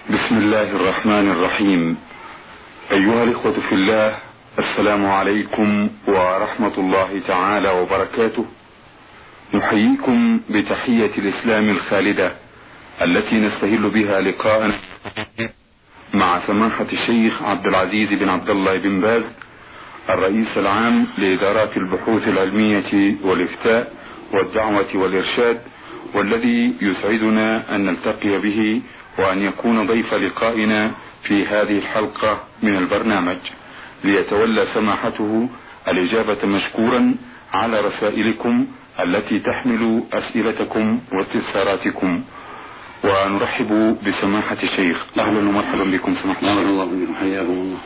بسم الله الرحمن الرحيم. أيها الإخوة في الله، السلام عليكم ورحمة الله تعالى وبركاته. نحييكم بتحية الإسلام الخالدة التي نستهل بها لقاءنا مع سماحة الشيخ عبد العزيز بن عبد الله بن باز، الرئيس العام لإدارات البحوث العلمية والإفتاء والدعوة والإرشاد، والذي يسعدنا أن نلتقي به وأن يكون ضيف لقائنا في هذه الحلقة من البرنامج، ليتولى سماحته الإجابة مشكورا على رسائلكم التي تحمل أسئلتكم واستفساراتكم. ونرحب بسماحة الشيخ. أهلا ومرحبا بكم سماحة الشيخ. الله بكم، حياكم الله.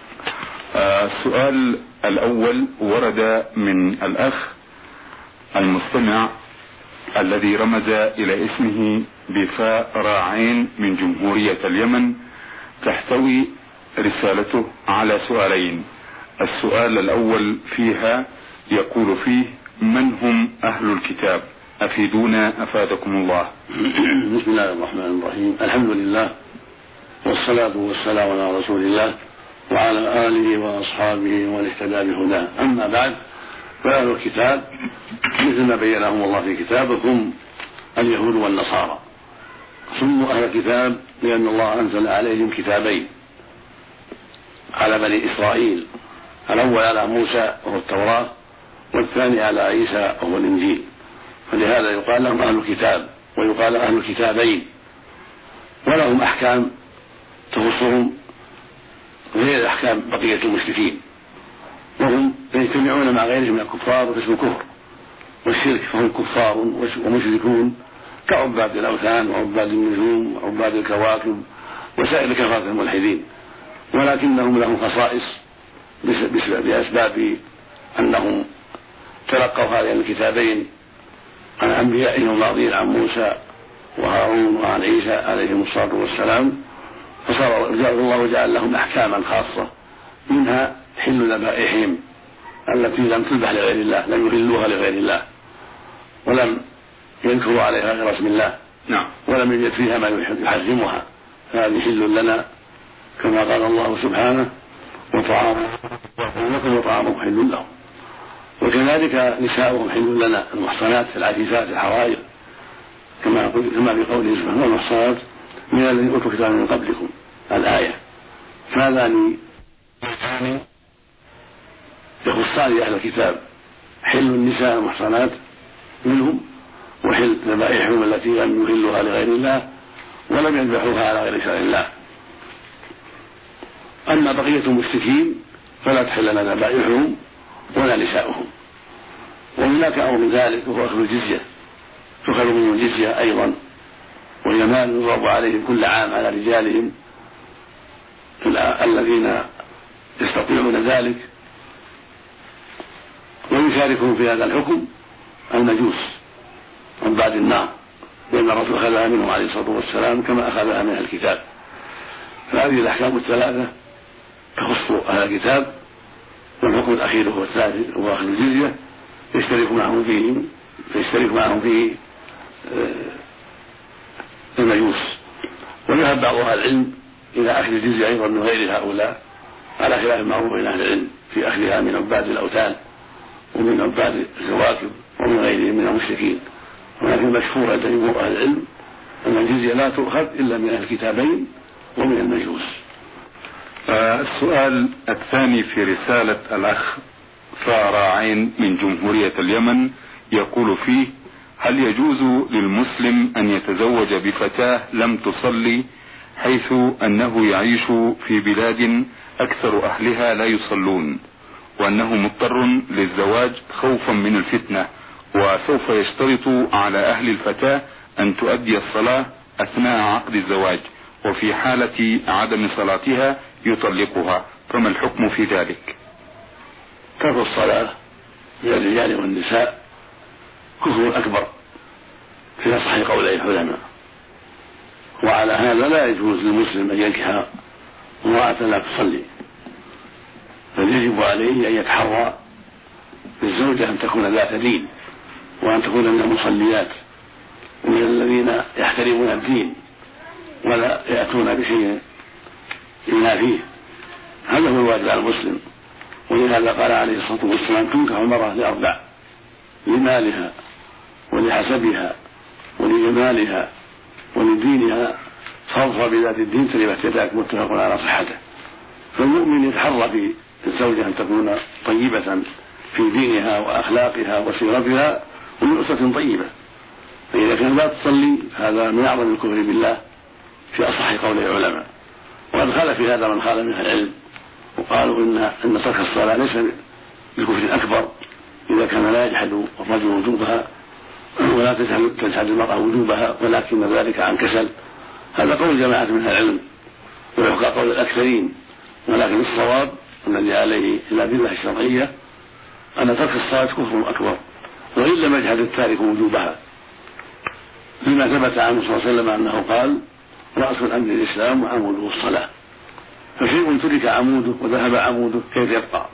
السؤال الأول ورد من الأخ المستمع الذي رمز إلى اسمه بفاء راعين من جمهورية اليمن. تحتوي رسالته على سؤالين. السؤال الأول فيها يقول فيه: من هم أهل الكتاب؟ أفيدونا أفادكم الله. بسم الله الرحمن الرحيم. الحمد لله والصلاة والسلام على رسول الله وعلى آله وأصحابه ومن اهتدى بهداه. أما بعد، فأهل الكتاب مثل ما بينهم الله في كتابه هم اليهود والنصارى. سموا أهل الكتاب لأن الله أنزل عليهم كتابين على بني إسرائيل، الأول على موسى وهو التوراة، والثاني على عيسى وهو الإنجيل، فلهذا يقال لهم أهل الكتاب ويقال أهل الكتابين، ولهم أحكام تخصهم غير أحكام بقية المشركين، وهم يجتمعون مع غيرهم من الكفار باسم الكفر والشرك، فهم كفار ومشركون كعباد الأوثان وعباد النجوم وعباد الكواكب وسائر كفرة الملحدين، ولكنهم لهم خصائص بأسباب أنهم تلقوا هذين الكتابين عن أنبيائهم الماضين، عن موسى وهارون وعن عيسى عليهم الصلاة والسلام، فصار الله جعل لهم أحكاما خاصة، منها حل ذبائحهم التي لم تذبح لغير الله، لم يحلوها لغير الله ولم يذكروا عليها غير اسم الله، ولم يوجد فيها ما يحرمها، فهذه حل لنا كما قال الله سبحانه: وطعامكم وطعامكم حل لهم. وكذلك نساؤهم حل لنا، المحصنات العفيفات الحرائر، كما في قوله سبحانه: والمحصنات من الذين اوتوا الكتاب من قبلكم، الآية. فهذان يخصان أهل الكتاب: حل النساء المحصنات منهم، وحل ذبائحهم التي لم يحلوها لغير الله ولم يذبحوها على غير شرع الله. أما بقية المشركين فلا تحل لنا ذبائحهم ولا نساؤهم. وهناك أمر من ذلك وهو أخذ الجزية، تؤخذ منهم الجزية أيضا، وهي مال يضرب عليهم كل عام على رجالهم الذين يستطيعون ذلك. ويشاركهم في هذا الحكم المجوس من بعد النار، لأن الرسول أخذها منهم عليه الصلاة والسلام كما أخذها من الكتاب. فهذه الأحكام الثلاثة تخص أهل الكتاب، والحكم الأخير هو الثالث هو أخذ الجزية، يشترك معهم فيه المجوس. ويذهب بعض أهل العلم إلى أخذ الجزية أيضا من غير هؤلاء، على خلاف المعروف بين أهل العلم في أخذها من عباد الأوثان ومن عباد الكواكب ومن غيرهم من المشركين. ولكن المشهور عند جمهور أهل العلم أن الجزية لا تؤخذ إلا من أهل الكتابين ومن المجوس. السؤال الثاني في رسالة الأخ فاراعين من جمهورية اليمن يقول فيه: هل يجوز للمسلم أن يتزوج بفتاة لم تصلي، حيث أنه يعيش في بلاد أكثر أهلها لا يصلون، وأنه مضطر للزواج خوفا من الفتنة، وسوف يشترط على أهل الفتاة أن تؤدي الصلاة أثناء عقد الزواج، وفي حالة عدم صلاتها يطلقها، فما الحكم في ذلك؟ ترك الصلاة للرجال والنساء كفر أكبر في أصح قولي العلماء، وعلى هذا لا يجوز للمسلم أن ينكح امرأة لا تصلي، بل يجب عليه أن يتحرى بالزوجة أن تكون ذات دين، وأن تكون من المصليات ومن الذين يحترمون الدين ولا يأتون بشيء ينافيه. هذا هو الواجب على المسلم. ولهذا قال عليه الصلاة والسلام: تنكح المرأة لأربع: لمالها ولحسبها ولجمالها ولدينها، فاظفر بذات الدين تربت يداك. متفق على صحته. فالمؤمن يتحرى في الزوجة أن تكون طيبة في دينها وأخلاقها وسيرتها ومن أسرة طيبة. فإذا كان لا تصلي فهذا من أعظم الكفر بالله في أصح قول العلماء. وقد خالف في هذا من خالف من العلم وقالوا إن ترك الصلاة ليس بكفر أكبر إذا كان لا يجحد الرجل وجوبها ولا تجحد المرأة وجوبها، ولكن ذلك عن كسل. هذا قول جماعة من العلم ويحقق قول الأكثرين، ولكن الصواب الذي عليه الأدلة الشرعية أن ترك الصلاة كفر أكبر وإن لم يجحد التارك وجوبها، لما ثبت عنه صلى الله عليه وسلم أنه قال: رأس الأمر الإسلام وعموده الصلاة. فشيء ترك عموده وذهب عموده كيف يبقى؟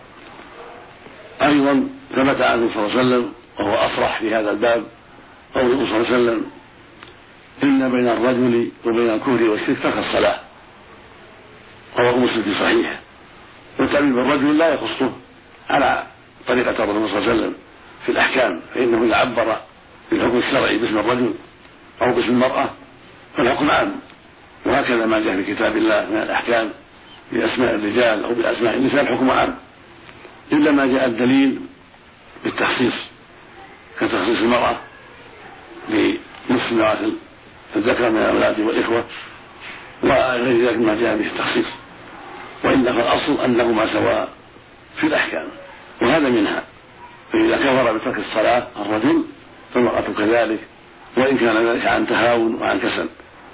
أيضا ثبت عنه صلى الله عليه وسلم وهو أصرح في هذا الباب قوله صلى الله عليه وسلم: إن بين الرجل وبين الكفر والشرك ترك الصلاة. رواه مسلم في صحيحه. والتعبير بالرجل لا يخصه على طريقة الرسول صلى الله عليه وسلم في الأحكام، فإنه إذا عبر بالحكم الشرعي باسم الرجل أو باسم المرأة فالحكم عام، وهكذا ما جاء في كتاب الله من الأحكام بأسماء الرجال أو بأسماء النساء الحكم عام، إلا ما جاء الدليل بالتخصيص كتخصيص المرأة بنصف ميراث الذكر من الأولاد والإخوة وغير ذلك ما جاء به التخصيص. وإلا فالأصل أنهما سواء في الأحكام، وهذا منها. فإذا كفر بترك الصلاة الرجل فالمرأة كذلك، وإن كان ذلك عن تهاون وعن كسل.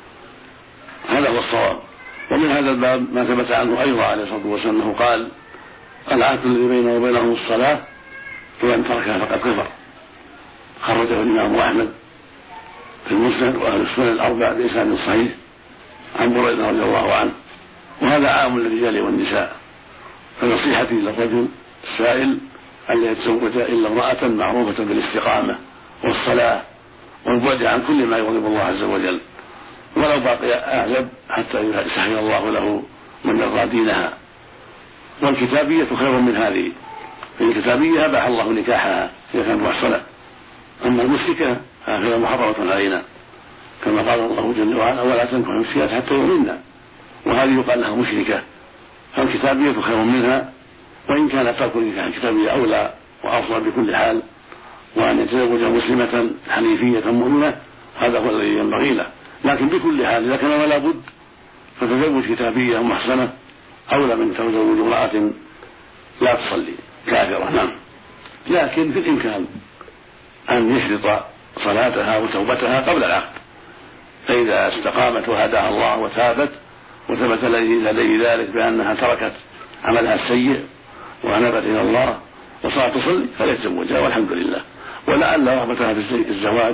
هذا هو الصواب. ومن هذا الباب ما ثبت عنه أيضا عليه الصلاة والسلام أنه قال: العهد الذي بينه وبينهم الصلاة فمن تركها فقد كفر. خرجه الإمام أحمد في المسند وأهل السنن الأربعة بإسناد صحيح عن بريدة رضي الله عنه. وهذا عام للرجال والنساء. فنصيحتي للرجل السائل أن لا يتزوج إلا امرأة معروفة بالاستقامة والصلاة والبعد عن كل ما يغضب الله عز وجل، ولو باقي أعزب حتى يسهل الله له من يرضى دينها. والكتابية خير من هذه. في الكتابية أباح الله نكاحها إذا كانت محصنة، أما المشركة فهي محرمة علينا، كما قال الله جل وعلا: ولا تنكحوا المشركات حتى يؤمنن. وهذه يقال لها مشركة. فالكتابية خير منها، وإن كان ترك النكاح الكتابية أولى وأفضل بكل حال، وأن يتزوج مسلمة حنيفية مؤمنة هذا هو الذي ينبغي له. لكن بكل حال إذا كان ولا بد فتزوج كتابية محصنة أولى من تزوج امرأة لا تصلي كافرة. نعم. لكن في الإمكان أن يشرط صلاتها وتوبتها قبل العقد، فإذا استقامت وهداها الله وتابت وثبت لديه ذلك بأنها تركت عملها السيء وأنابت إلى الله وصارت تصلي فليتزوجها والحمد لله. ولعل رغبتها في الزواج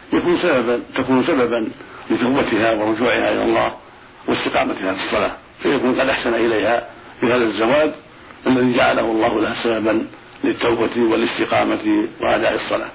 تكون سببا لتوبتها ورجوعها إلى الله واستقامتها في الصلاة، فيكون قد أحسن إليها بهذا الزواج الذي جعله الله لها سببا للتوبة والاستقامة وأداء الصلاة.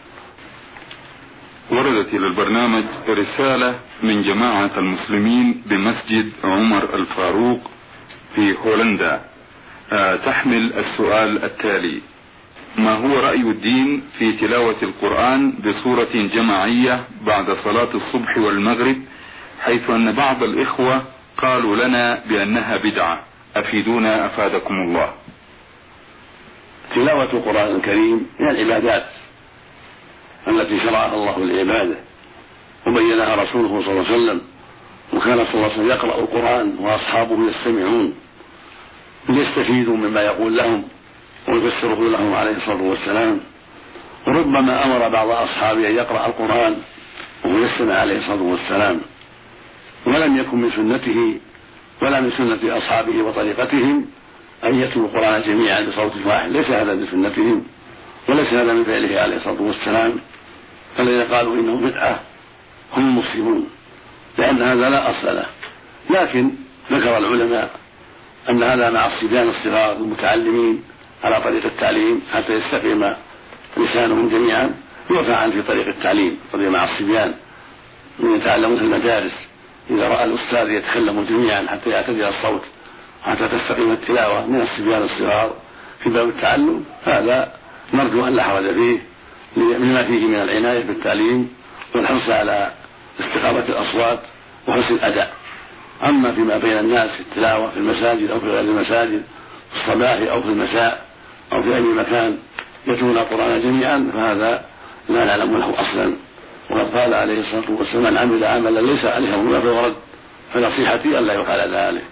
وردت إلى البرنامج رسالة من جماعة المسلمين بمسجد عمر الفاروق في هولندا تحمل السؤال التالي: ما هو رأي الدين في تلاوة القرآن بصورة جماعية بعد صلاة الصبح والمغرب، حيث أن بعض الإخوة قالوا لنا بأنها بدعة؟ أفيدونا أفادكم الله. تلاوة القرآن الكريم من العبادات التي شرعها الله للعبادة وبينها رسوله صلى الله عليه وسلم، وكان صلى الله عليه وسلم يقرأ القرآن وأصحابه يستمعون ليستفيدوا مما يقول لهم ويفسره لهم عليه الصلاة والسلام. وربما أمر بعض أصحابه أن يقرأ القرآن وهو يستمع عليه الصلاة والسلام، ولم يكن من سنته ولا من سنة أصحابه وطريقتهم أن يتلوا القرآن جميعا بصوت واحد، ليس هذا من سنتهم وليس هذا من فعله عليه الصلاة والسلام. فالذين قالوا إنه بدعة هم المسلمون، لأن هذا لا أصل له. لكن ذكر العلماء أن هذا مع الصبيان الصغار المتعلمين على طريق التعليم حتى يستقيم لسانهم جميعا، يرفع عن في طريق التعليم طريق مع الصبيان من يتعلمون في المدارس إذا رأى الأستاذ يتكلم جميعا حتى يعتدل الصوت حتى تستقيم التلاوة من الصبيان الصغار في باب التعلم، هذا نرجو أن لا حرج فيه لما فيه من العناية بالتعليم والحرص على استقامة الأصوات وحسن الأداء. أما فيما بين الناس في التلاوة في المساجد أو في غير المساجد في الصباح أو في المساء أو في أي مكان يتلون القرآن جميعا فهذا لا نعلم له أصلا، وقد قال عليه الصلاة والسلام: من عمل عملا ليس عليه أمرنا فهو رد، فنصيحتي ألا يقال ذلك.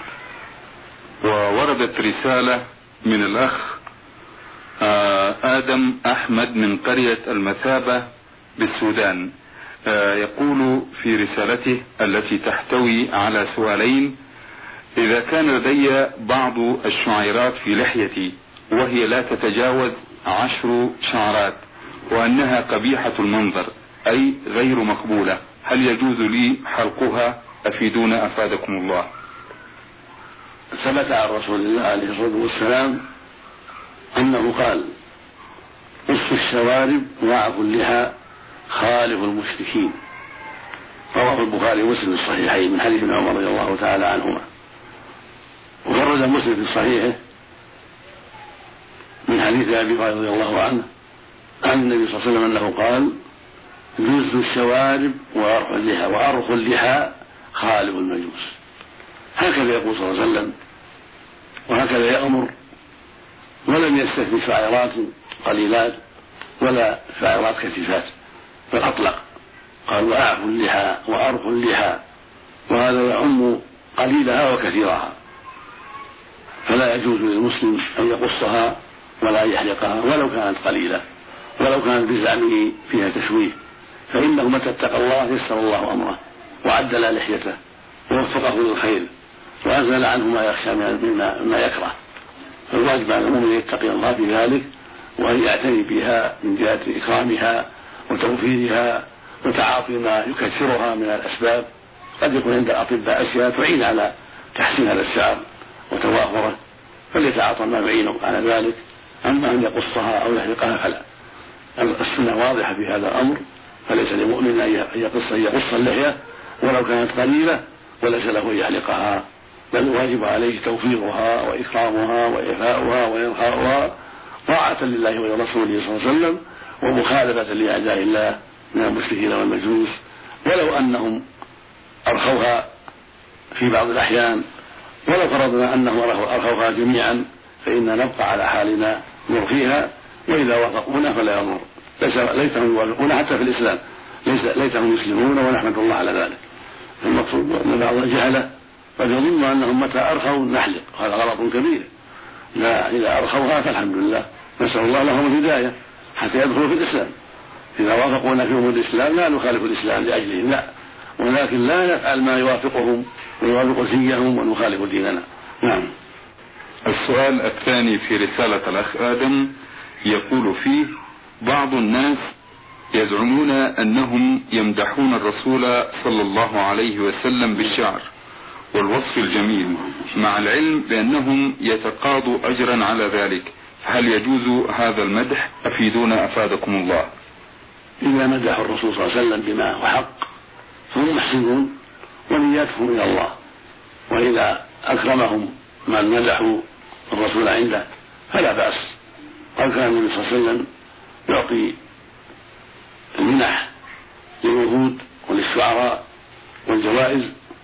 ووردت رسالة من الأخ آدم أحمد من قرية المثابة بالسودان، يقول في رسالته التي تحتوي على سؤالين: إذا كان لدي بعض الشعيرات في لحيتي وهي لا تتجاوز 10 شعرات وأنها قبيحة المنظر أي غير مقبولة، هل يجوز لي حلقها؟ أفيدونا أفادكم الله. ثبت عن رسول الله عليه الصلاة والسلام أنه قال: قص الشوارب واعفوا اللحى خالف المشركين، رواه البخاري ومسلم في الصحيحين من حديث ابن عمر رضي الله تعالى عنهما. وخرج مسلم في صحيحه من حديث ابي هريره رضي الله عنه عن النبي صلى الله عليه وسلم انه قال: جز الشوارب وارخ اللحى خالف المجوس. هكذا يقول صلى الله عليه وسلم وهكذا يأمر، ولم يستثني شعيرات قليلات ولا شعيرات كثيفات، بل أطلق قال: وأعفوا اللحى وأرخوا اللحى، وهذا يعم قليلها وكثيرها، فلا يجوز للمسلم أن يقصها ولا يحلقها ولو كانت قليلة ولو كانت بزعمه فيها تشويه، فإنه متى اتقى الله يسر الله أمره وعدل لحيته ووفقه للخير وأزال عنه ما يخشى مما يكره. فالواجب على المؤمن يتقي الله في ذلك وأن يعتني بها من جهة إكرامها وتوفيرها وتعاطي ما يكثرها من الأسباب. قد يكون عند الأطباء أشياء تعين على تحسين هذا الشعر وتوافره، فليتعاطى ما يعينه على ذلك. أما أن يقصها أو يحلقها فلا، السنة واضحة في هذا الأمر، فليس لمؤمن أن يقص اللحية ولو كانت قليلة، وليس له أن يحلقها، بل الواجب عليه توفيرها وإكرامها وإعفاؤها وإرخاؤها طاعة لله ولرسوله صلى الله عليه وسلم ومخالفة لأعداء الله من المشركين والمجوس، ولو أنهم أرخوها في بعض الأحيان، ولو فرضنا أنهم أرخوها جميعا فإننا نبقى على حالنا نرخيها، وإذا وافقونا فلا يضر. ليتهم يوافقون حتى في الإسلام، ليتهم يسلمون ونحمد الله على ذلك. المقصود أن بعض الجهلة قد يظن أنهم متى أرخوا نحلق، هذا غلط كبير. لا، إذا أرخوها فالحمد لله، نسأل الله لهم الهداية حتى يدخلوا في الإسلام. إذا وافقونا في أمور الإسلام لا نخالف الإسلام لأجلهم، لا، ولكن لا نفعل ما يوافقهم ويوافق زيهم ونخالف ديننا. نعم. السؤال الثاني في رسالة الأخ آدم يقول فيه: بعض الناس يزعمون أنهم يمدحون الرسول صلى الله عليه وسلم بالشعر والوصف الجميل، مع العلم بأنهم يتقاضوا أجرا على ذلك، فهل يجوز هذا المدح؟ أفيدونا أفادكم الله. إذا مدحوا الرسول صلى الله عليه وسلم بما هو حق فهم محسنون ونياتهم إلى الله، وإذا أكرمهم من مدحوا الرسول عنده فلا بأس. قال كان النبي صلى الله عليه وسلم يعطي المنح للوفود وللشعراء والجوائز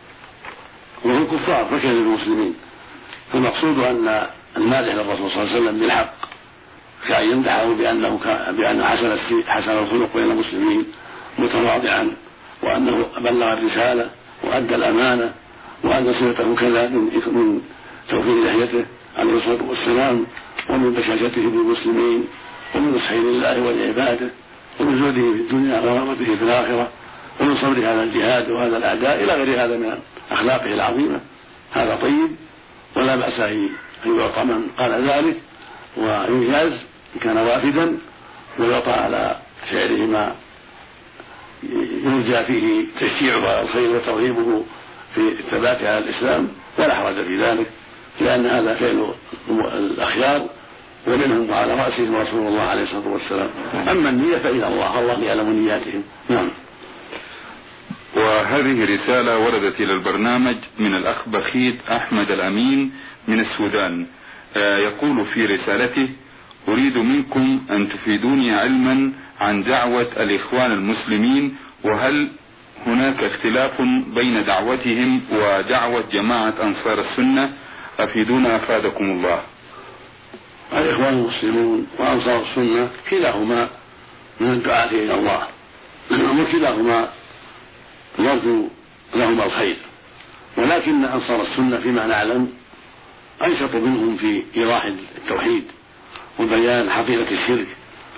وهم الكفار فكذا المسلمين، فالمقصود أن المادح للرسول صلى الله عليه وسلم بالحق كأن يمدحه بأنه حسن الخلق بين المسلمين متواضعا، وأنه بلغ الرسالة وأدى الأمانة، وأن صلته كذا من توفير لحيته عليه الصلاة والسلام ومن بشاشته بالمسلمين ومن نصحه لله ولعباده ومن زهده في الدنيا ورغبته في الآخرة ومن صبر هذا الجهاد وهذا الأعداء إلى غير هذا من أخلاقه العظيمة. هذا طيب ولا بأس أن يعطى من قال ذلك ويجاز إن كان وافدا، ويعطى على فعله ما يرجى فيه تشجيعه على الخير وترغيبه في الثبات على الإسلام، ولا حرج في ذلك، لأن هذا فعل الأخيار ومنهم على رأسهم رسول الله عليه الصلاة والسلام. أما النية فإلى الله، الله يعلم نياتهم. نعم. وهذه رسالة وردت إلى البرنامج من الأخ بخيت أحمد الأمين من السودان. يقول في رسالته: أريد منكم أن تفيدوني علما عن دعوة الإخوان المسلمين، وهل هناك اختلاف بين دعوتهم ودعوة جماعة أنصار السنة؟ أفيدونا أفادكم الله. الإخوان المسلمون وأنصار السنة كلاهما من الدعاة إلى الله، وكلاهما نرجو لهما الخير، ولكن أنصار السنة فيما نعلم أنشط منهم في إيضاح التوحيد وبيان حقيقة الشرك،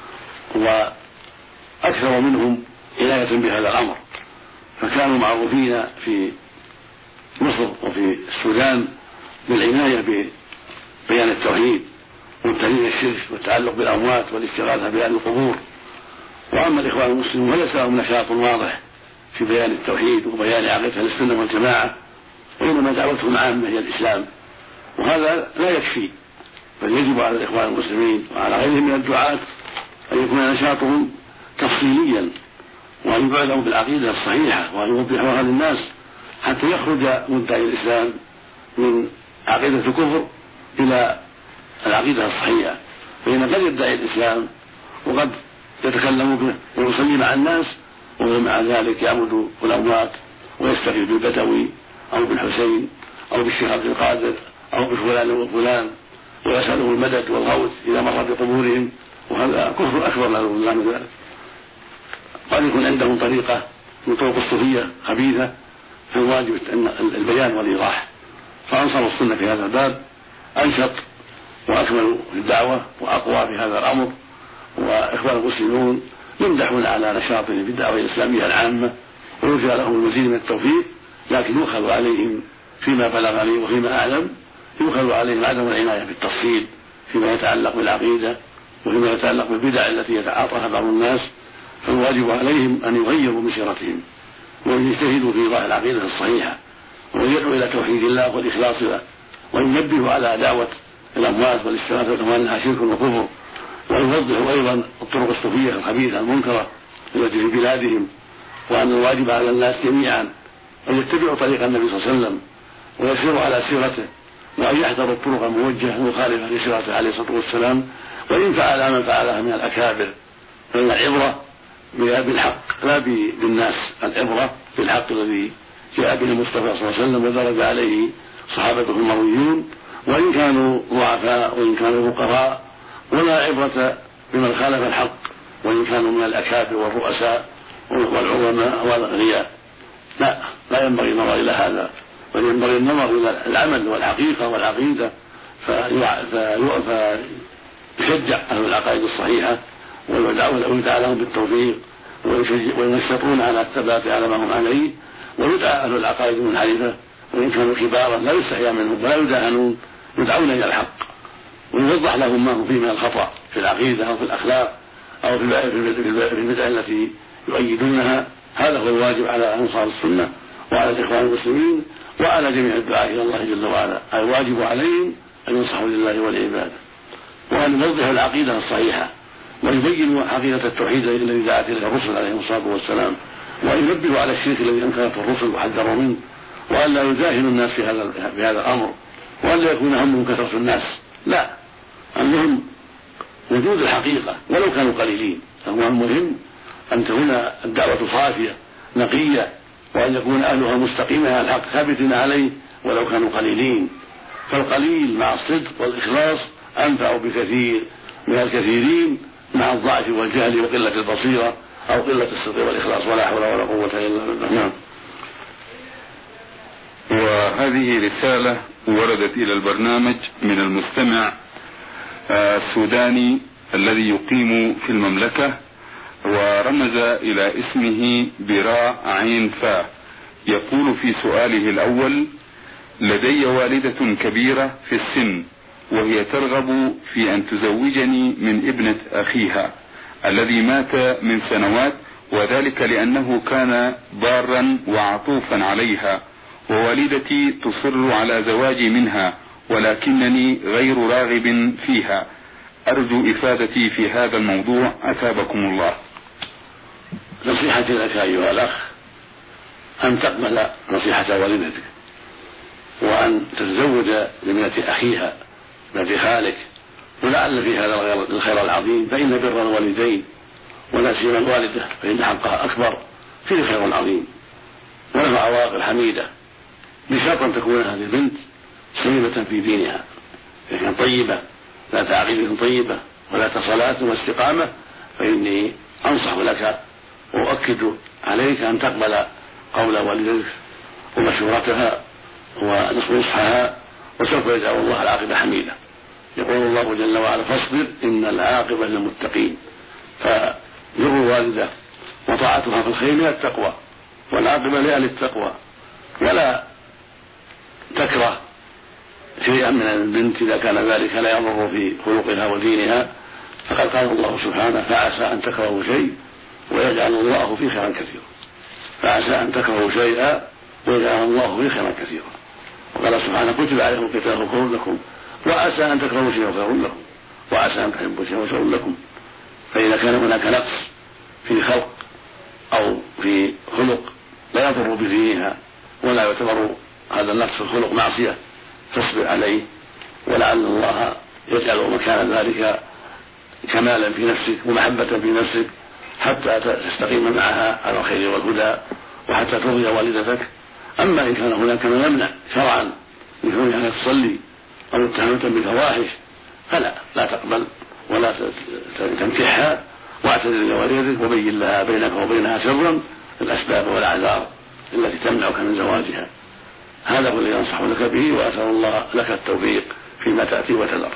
وأكثر منهم عناية بهذا الأمر، فكانوا معروفين في مصر وفي السودان بالعناية ببيان التوحيد وتحريم الشرك والتعلق بالأموات والاستغاثة بأهل القبور. وأما الإخوان المسلمون فليس لهم نشاط واضح في بيان التوحيد وبيان عقيدة السنة والجماعة، وإنما دعوتهم عامة هي الإسلام، وهذا لا يكفي، بل يجب على الإخوان المسلمين وعلى غيرهم من الدعاة أن يكون نشاطهم تفصيليا، وأن يبعدهم بالعقيدة الصحيحة، وأن يوضحوها للناس حتى يخرج مدعي الإسلام من عقيدة الكفر إلى العقيدة الصحيحة. فإن قد يدعي الإسلام وقد يتكلم به ويصلي مع الناس، ومع ذلك يعبد الأموات ويستغيث بالبدوي أو بالحسين أو بالشيخ عبد القادر أو بفلان وفلان، ويسأله المدد والغوث إذا مر بقبورهم، وهذا كفر أكبر لا بالله من ذلك. قد يكون عندهم طريقة من طرق الصوفية خبيثة، فالواجب البيان والإيضاح. فأنصر السنة في هذا الباب أنشط وأكمل في الدعوة وأقوى في هذا الأمر، وإخوان المسلمون يمدحون على نشاطهم في الدعوة الإسلامية العامة، ويرجى لهم المزيد من التوفيق، لكن يؤخذ عليهم فيما بلغني وفيما أعلم يؤخذ عليهم عدم العناية بالتفصيل فيما يتعلق بالعقيدة وفيما يتعلق بالبدع التي يتعاطاها بعض الناس. فالواجب عليهم أن يغيروا من سيرتهم وأن يجتهدوا في إيضاح العقيدة الصحيحة، وأن يدعوا إلى توحيد الله والإخلاص له، وأن ينبهوا على دعوة الأموات والاستغاثة وأنها شرك وكفر، وأن يوضحوا أيضا الطرق الصوفية الخبيثة المنكرة التي في بلادهم، وأن الواجب على الناس جميعا أن يتبعوا طريق النبي صلى الله عليه وسلم ويسيروا على سيرته، وأن يحذروا الطرق الموجهة المخالفة لسيرته عليه الصلاة والسلام، وإن فعل من فعلها من الأكابر. فإن العبرة بالحق لا بالناس، العبرة بالحق الذي جاء به المصطفى صلى الله عليه وسلم ودرج عليه صحابته المرويون، وإن كانوا ضعفاء وإن كانوا فقراء، ولا عبرة بمن خالف الحق وإن كانوا من الأكابر والرؤساء والعظماء والأغنياء. لا ينبغي النظر إلى هذا، بل ينبغي النظر إلى العمل والحقيقة والعقيدة، فيشجع أهل العقائد الصحيحة ويدعى لهم بالتوفيق وينشطون على الثبات على ما هم عليه، ويدعى أهل العقائد المنحرفة وإن كانوا كبارا لا يستحيا منهم ولا يداهنون، يدعون إلى الحق ويوضح لهم ما هم فيه من الخطأ في العقيدة أو في الأخلاق أو في البدع التي يؤيدونها. هذا هو الواجب على أنصار السنة وعلى الإخوان المسلمين وعلى جميع الدعاة إلى الله جل وعلا. الواجب عليهم أن ينصحوا لله والعباد، وأن يوضحوا العقيدة الصحيحة، ويبينوا حقيقة التوحيد الذي دعت إليه الرسل عليهم الصلاة والسلام، وأن ينبهوا على الشرك الذي أنكرته الرسل وحذروا منه، وأن لا يداهنوا الناس في هذا الأمر، وأن لا يكون همهم كثرة الناس، لا، أنهم وجود الحقيقة ولو كانوا قليلين. المهم أن تكون الدعوة صافية نقية، وأن يكون أهلها مستقيمين على الحق ثابتين عليه ولو كانوا قليلين، فالقليل مع الصدق والإخلاص أنفع بكثير من الكثيرين مع الضعف والجهل وقلة البصيرة أو قلة الصدق والإخلاص، ولا حول ولا قوة إلا بالله. وهذه رسالة وردت إلى البرنامج من المستمع السوداني الذي يقيم في المملكة، ورمز إلى اسمه براء عين فاء. يقول في سؤاله الأول: لدي والدة كبيرة في السن، وهي ترغب في أن تزوجني من ابنة أخيها الذي مات من سنوات، وذلك لأنه كان بارا وعطوفا عليها، ووالدتي تصر على زواجي منها ولكنني غير راغب فيها. أرجو إفادتي في هذا الموضوع أثابكم الله. نصيحتي لك أيها الأخ أن تقبل نصيحة والدتك، وأن تتزوج بابنة أخيها بنت خالك، ولعل في هذا الخير العظيم، فإن بر الوالدين ولا سيما الوالدة فإن حقها أكبر فيه خير عظيم وله عواقب حميدة، بشرط أن تكون هذه البنت سليمة في دينها، إذا كانت طيبة ذات عقيدة طيبة وذات صلاة واستقامة، فإني أنصح لك وأؤكد عليك أن تقبل قول والدتك ومشورتها ونصحها، وسوف يجعل الله العاقبة حميدة. يقول الله جل وعلا: فاصبر إن العاقبة للمتقين. فبر الوالدة وطاعتها في الخير من التقوى، والعاقبة لأهل التقوى، ولا تكره شيئا من البنت إذا كان ذلك لا يضر في خلقها ودينها، فقد قال الله سبحانه: فعسى أن تكرهوا شيء ويجعل الله فيه خيرا كثيرا. فعسى أن تكرهوا شيئا ويجعل الله فيه خيرا كثيرا. وقال سبحانه: كتب عليكم القتال خير لكم وعسى أن تكرهوا شيئا خير لكم وعسى أن تحبوا شيئا خير لكم. فإذا كان هناك نقص في خلق أو في خلق لا يضر بدينها ولا يعتبر هذا النقص في الخلق معصية، فاصبر عليه، ولعل الله يجعل مكان ذلك كمالا في نفسك ومحبة في نفسك حتى تستقيم معها على الخير والهدى وحتى ترضي والدتك. أما إن كان هناك ما يمنع شرعا من كونها تصلي أو اتهمت بفواحش لا تقبل ولا تنكحها، واعتذر لوالدتك وبين لها بينك وبينها سرا الأسباب والأعذار التي تمنعك من زواجها. هذا هو الذي أنصح لك به، وأسأل الله لك التوفيق فيما تأتي وتذر.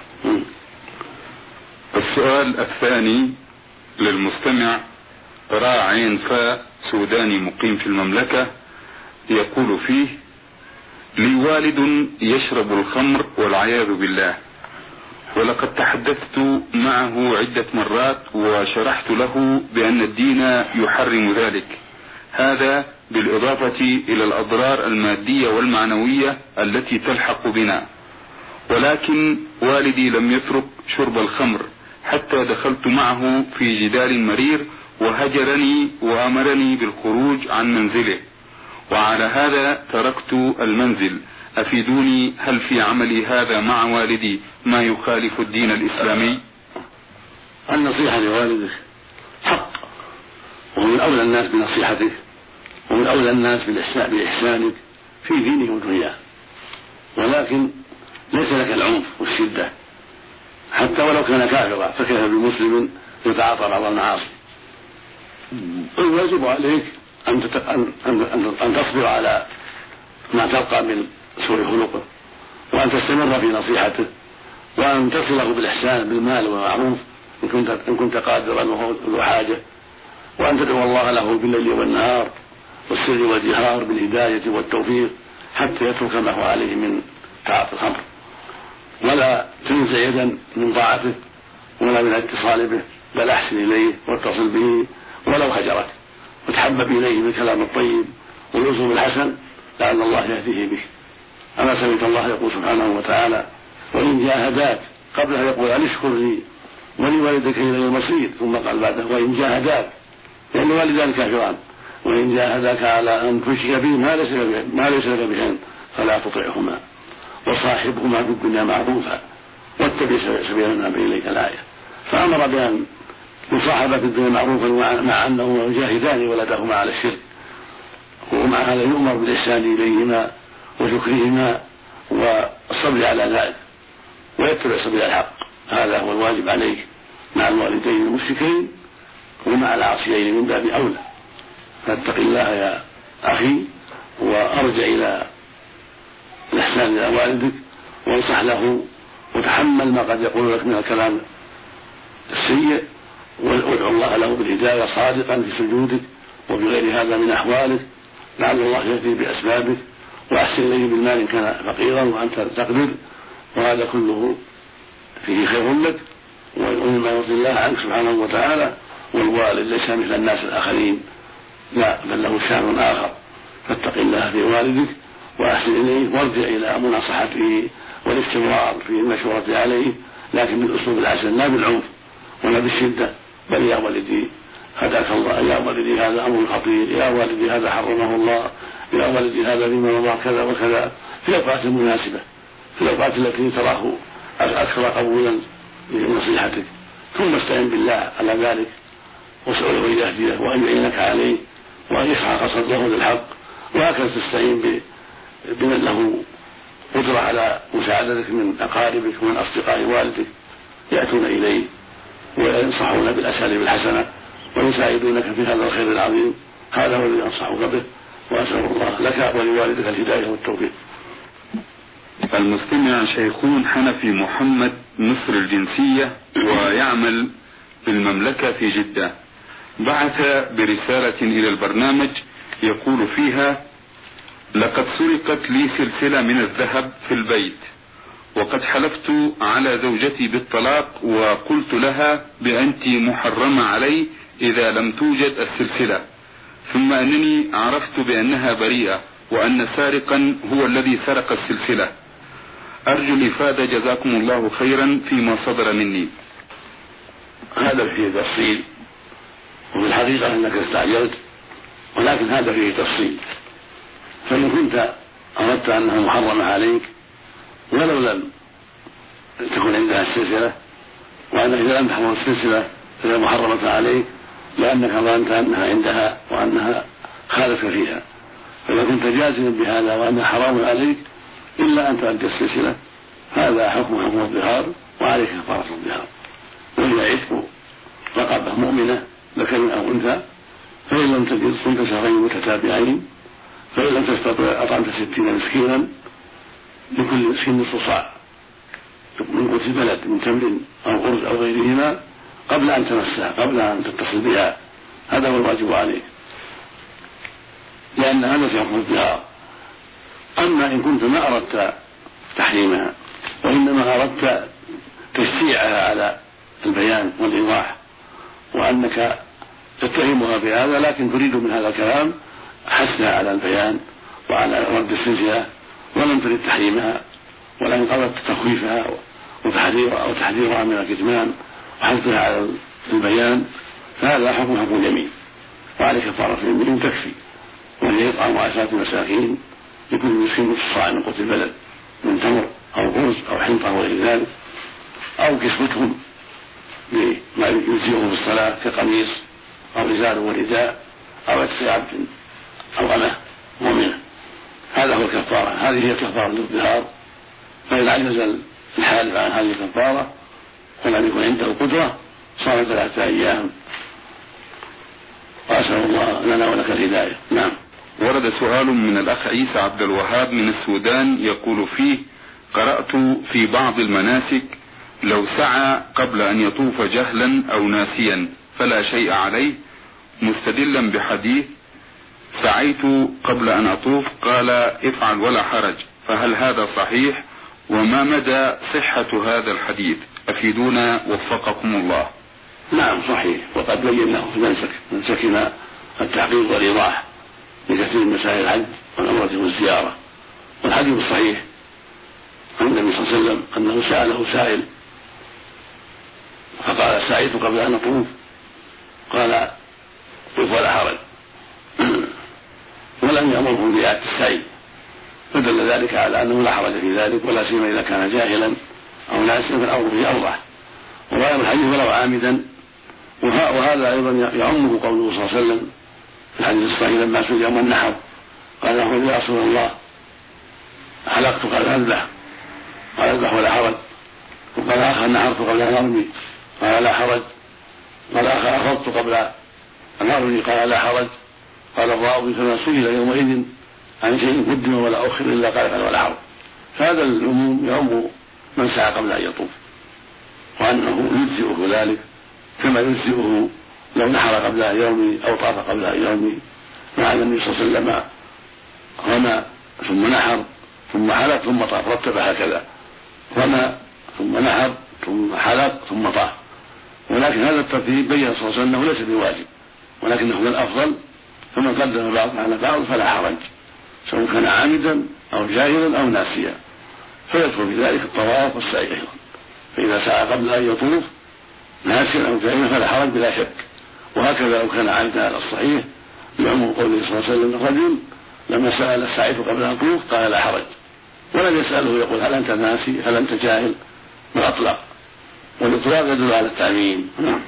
السؤال الثاني للمستمع راعين فاء سوداني مقيم في المملكة، يقول فيه: لي والد يشرب الخمر والعياذ بالله، ولقد تحدثت معه عدة مرات وشرحت له بأن الدين يحرم ذلك، هذا بالإضافة إلى الأضرار المادية والمعنوية التي تلحق بنا، ولكن والدي لم يترك شرب الخمر حتى دخلت معه في جدال مرير وهجرني وأمرني بالخروج عن منزله، وعلى هذا تركت المنزل. أفيدوني، هل في عملي هذا مع والدي ما يخالف الدين الإسلامي؟ النصيحة لوالدك حق، ومن أولى الناس بنصيحتك، ومن أولى الناس بإحسانك في دينه ودنياه، ولكن ليس لك العنف والشدة حتى ولو كان كافرا، فكيف بمسلم يتعاطى بعض المعاصي؟ الواجب عليك أن تصبر على ما تلقى من سوء خلقه، وأن تستمر في نصيحته، وأن تصله بالإحسان بالمال والمعروف إن كنت قادرا وله حاجة، وأن تدعو الله له بالليل والنهار والسر والجهار بالهداية والتوفيق حتى يترك ما هو عليه من تعاطي الخمر، ولا تنزع يدا من طاعته ولا من الاتصال به، بل أحسن إليه واتصل به ولو هجرت، وتحبب إليه بالكلام الطيب والأسلوب الحسن لعل الله يهديه به. أما سمعت الله يقول سبحانه وتعالى: وإن جاهداك، قبلها يقول: أن اشكر لي ولوالدك إلى المصير، ثم قال بعده: وإن جاهداك، لأن والدان كافران، وإن جاهداك على أن تشرك به ما ليس لك به فلا تطعهما وصاحبهما في الدنيا معروفا واتبع سبيل من أناب إليك الآية. فأمر بأن يصاحب في الدنيا معروفا مع أنه يجاهدان ولدهما على الشرك، ومع هذا يؤمر بالإحسان إليهما وشكرهما والصبر على ذلك ويتبع سبيل الحق. هذا هو الواجب عليك مع الوالدين المشركين ومع العاصيين من باب أولى. فاتق الله يا أخي وأرجع إلى الإحسان إلى والدك وانصح له وتحمل ما قد يقول لك من الكلام السيء، وادعو الله له بالهداية صادقا في سجودك وفي غير هذا من أحوالك، لعل الله يهدي بأسبابك، وأحسن إليه بالمال إن كان فقيرا وأنت تقدر، وهذا كله فيه خير لك ومما يرضي الله عنك سبحانه وتعالى. والوالد ليس مثل الناس الآخرين، لا، بل له شأن آخر. فاتق الله في والدك وأحسن إليه وارجع إلى مناصحته والاستمرار في المشورة عليه، لكن بالأسلوب الحسن لا بالعنف ولا بالشدة، بل يا ولدي هداك الله، يا والدي هذا أمر خطير، يا والدي هذا حرمه الله، يا والدي هذا بما مضى كذا وكذا، في الأوقات المناسبة، في الأوقات التي تراه أكثر قبولا لنصيحتك. ثم استعن بالله على ذلك واسأله أن يهديه وأن يعينك عليه وأن يشرح صدره للحق، وهكذا تستعين بمن له قدرة على مساعدتك من أقاربك ومن أصدقاء والدك، يأتون إليه وينصحون بالأساليب الحسنة ويساعدونك في هذا الخير العظيم. هذا هو الذي أنصحك به، وأسأل الله لك ولوالدك الهداية والتوفيق. المستمع شيخون حنفي محمد مصر الجنسية ويعمل في المملكة في جدة، بعث برسالة إلى البرنامج يقول فيها: لقد سرقت لي سلسلة من الذهب في البيت، وقد حلفت على زوجتي بالطلاق وقلت لها بأنت محرمة علي إذا لم توجد السلسلة، ثم أنني عرفت بأنها بريئة وأن سارقا هو الذي سرق السلسلة. أرجو الإفادة جزاكم الله خيرا فيما صدر مني. هذا فيه تفصيل، وفي الحقيقة أنك استعجلت، ولكن هذا فيه تفصيل. فإن كنت أردت أنها محرمة عليك ولو لم تكن عندها السلسلة، وأنك إذا لم تحضر السلسلة فهي محرمة عليك لأنك ظننت أنها عندها وأنها خالفت فيها، فإذا كنت جازما بهذا وأنها حرام عليك إلا أن تؤدي السلسلة، هذا حكم الظهار وعليك كفارة الظهار، وهي عتق رقبة مؤمنة ذكر أو أنثى، فإن لم تجد صمت شهرين متتابعين، فإن لم تستطع أطعمت 60 مسكينا لكل مسكين نصف صاع من قوت البلد من تمر أو أرز أو غيرهما قبل أن تمسها، قبل أن تتصل بها. هذا هو الواجب عليك، لأن هذا في حكم الظهار. أما إن كنت ما أردت تحريمها وإنما أردت تشجيعها على البيان والإيضاح، وأنك تتهمها بهذا لكن تريد من هذا الكلام حثها على البيان وعلى رد السلسلة، ولم تريد تحريمها ولكن أردت تخويفها وتحذيرها من الكتمان وحثها على البيان، فهذا حكم اليمين، وعليه كفارة اليمين تكفي، وهي إطعام 10 مساكين لكل مسكين نصف صاع من قوت البلد من تمر أو أرز أو حنطة وغير ذلك، أو كسوتهم بما يجزئهم في الصلاة كقميص أو إزار ورداء أو عتق عبد أو أمة مؤمنة. هذا هو الكفارة، هذه هي كفارة الظهار. فإن عجز الحالف عن هذه الكفارة ولم يكن عنده القدرة صار 3 أيام، وأسأل الله لنا ولك الهداية. نعم. ورد سؤال من الأخ عيسى عبد الوهاب من السودان يقول فيه: قرأت في بعض المناسك لو سعى قبل أن يطوف جهلا أو ناسيا فلا شيء عليه، مستدلا بحديث سعيت قبل أن أطوف قال افعل ولا حرج، فهل هذا صحيح؟ وما مدى صحة هذا الحديث؟ أفيدونا وفقكم الله. نعم صحيح، وقد بيناه في منسكنا التحقيق والإيضاح لكثير من مسائل الحج والعمرة والزيارة. والحديث الصحيح عن النبي صلى الله عليه وسلم أنه سأله سائل فقال سعيت قبل أن أطوف قال طوف ولا حرج، ولم يأمره بإعادة السعي، فدل ذلك على أنه لا حرج في ذلك، ولا سيما إذا كان جاهلا أو ناسيا فالأمر فيه أوضح. وغير الحديث ولو عامدا، وهذا أيضا يعمه قوله صلى الله عليه وسلم في الحديث الصحيح لما سئل يوم النحر قال له يا رسول الله حلقت قال أذبح، قال أذبح ولا حرج، وقال آخر نحرت قبل أن أرمي قال لا حرج، قال آخر أخذت قبل أن أرمي قال لا حرج، قال الراوي فما سئل يومئذ عن شيء قدم ولا أخر إلا قال ولا حرج. فهذا العموم يعم من سعى قبل أن يطوف، وأنه يجزئه ذلك كما يجزئه لو نحر قبل يوم أو طاف قبل يوم، مع النبي صلى الله عليه وسلم رمى ثم نحر ثم حلق ثم طاف، رتب هكذا: رمى ثم نحر ثم حلق ثم طاف. ولكن هذا الترتيب بين صلى الله عليه وسلم أنه ليس بواجب، ولكنه من الأفضل، فمن قدم بعض على بعض فلا حرج، سواء كان عامدا أو جاهلا أو ناسيا، فيدخل في ذلك الطواف والسعي أيضا. فإذا سعى قبل أن يطوف ناسيا أو جاهلا فلا حرج بلا شك، وهكذا لو كان عبدا على الصحيح لعموم قوله صلى الله عليه وسلم الرجل لما سأل السعيد قبل أن يطوف قال لا حرج، ولم يسأله يقول هل أنت ناسي هل أنت جاهل، بل أطلق، والإطلاق يدل على التعميم.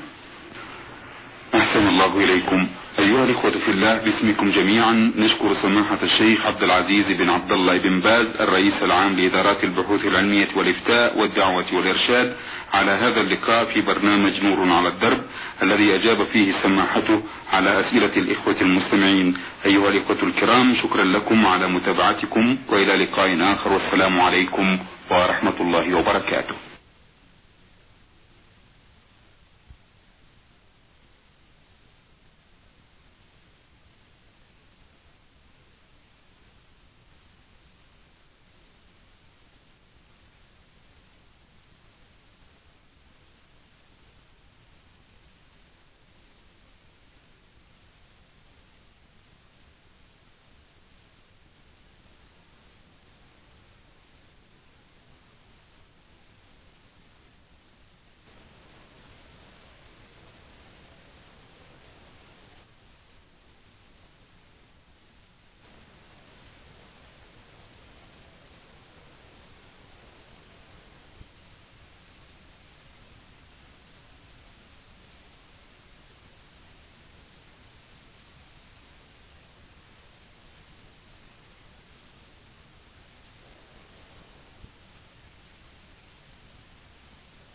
أحسن الله إليكم. أيها الإخوة في الله، باسمكم جميعا نشكر سماحة الشيخ عبد العزيز بن عبد الله بن باز الرئيس العام لإدارات البحوث العلمية والإفتاء والدعوة والإرشاد على هذا اللقاء في برنامج نور على الدرب الذي أجاب فيه سماحته على أسئلة الإخوة المستمعين. أيها الإخوة الكرام، شكرا لكم على متابعتكم، وإلى لقاء آخر، والسلام عليكم ورحمة الله وبركاته.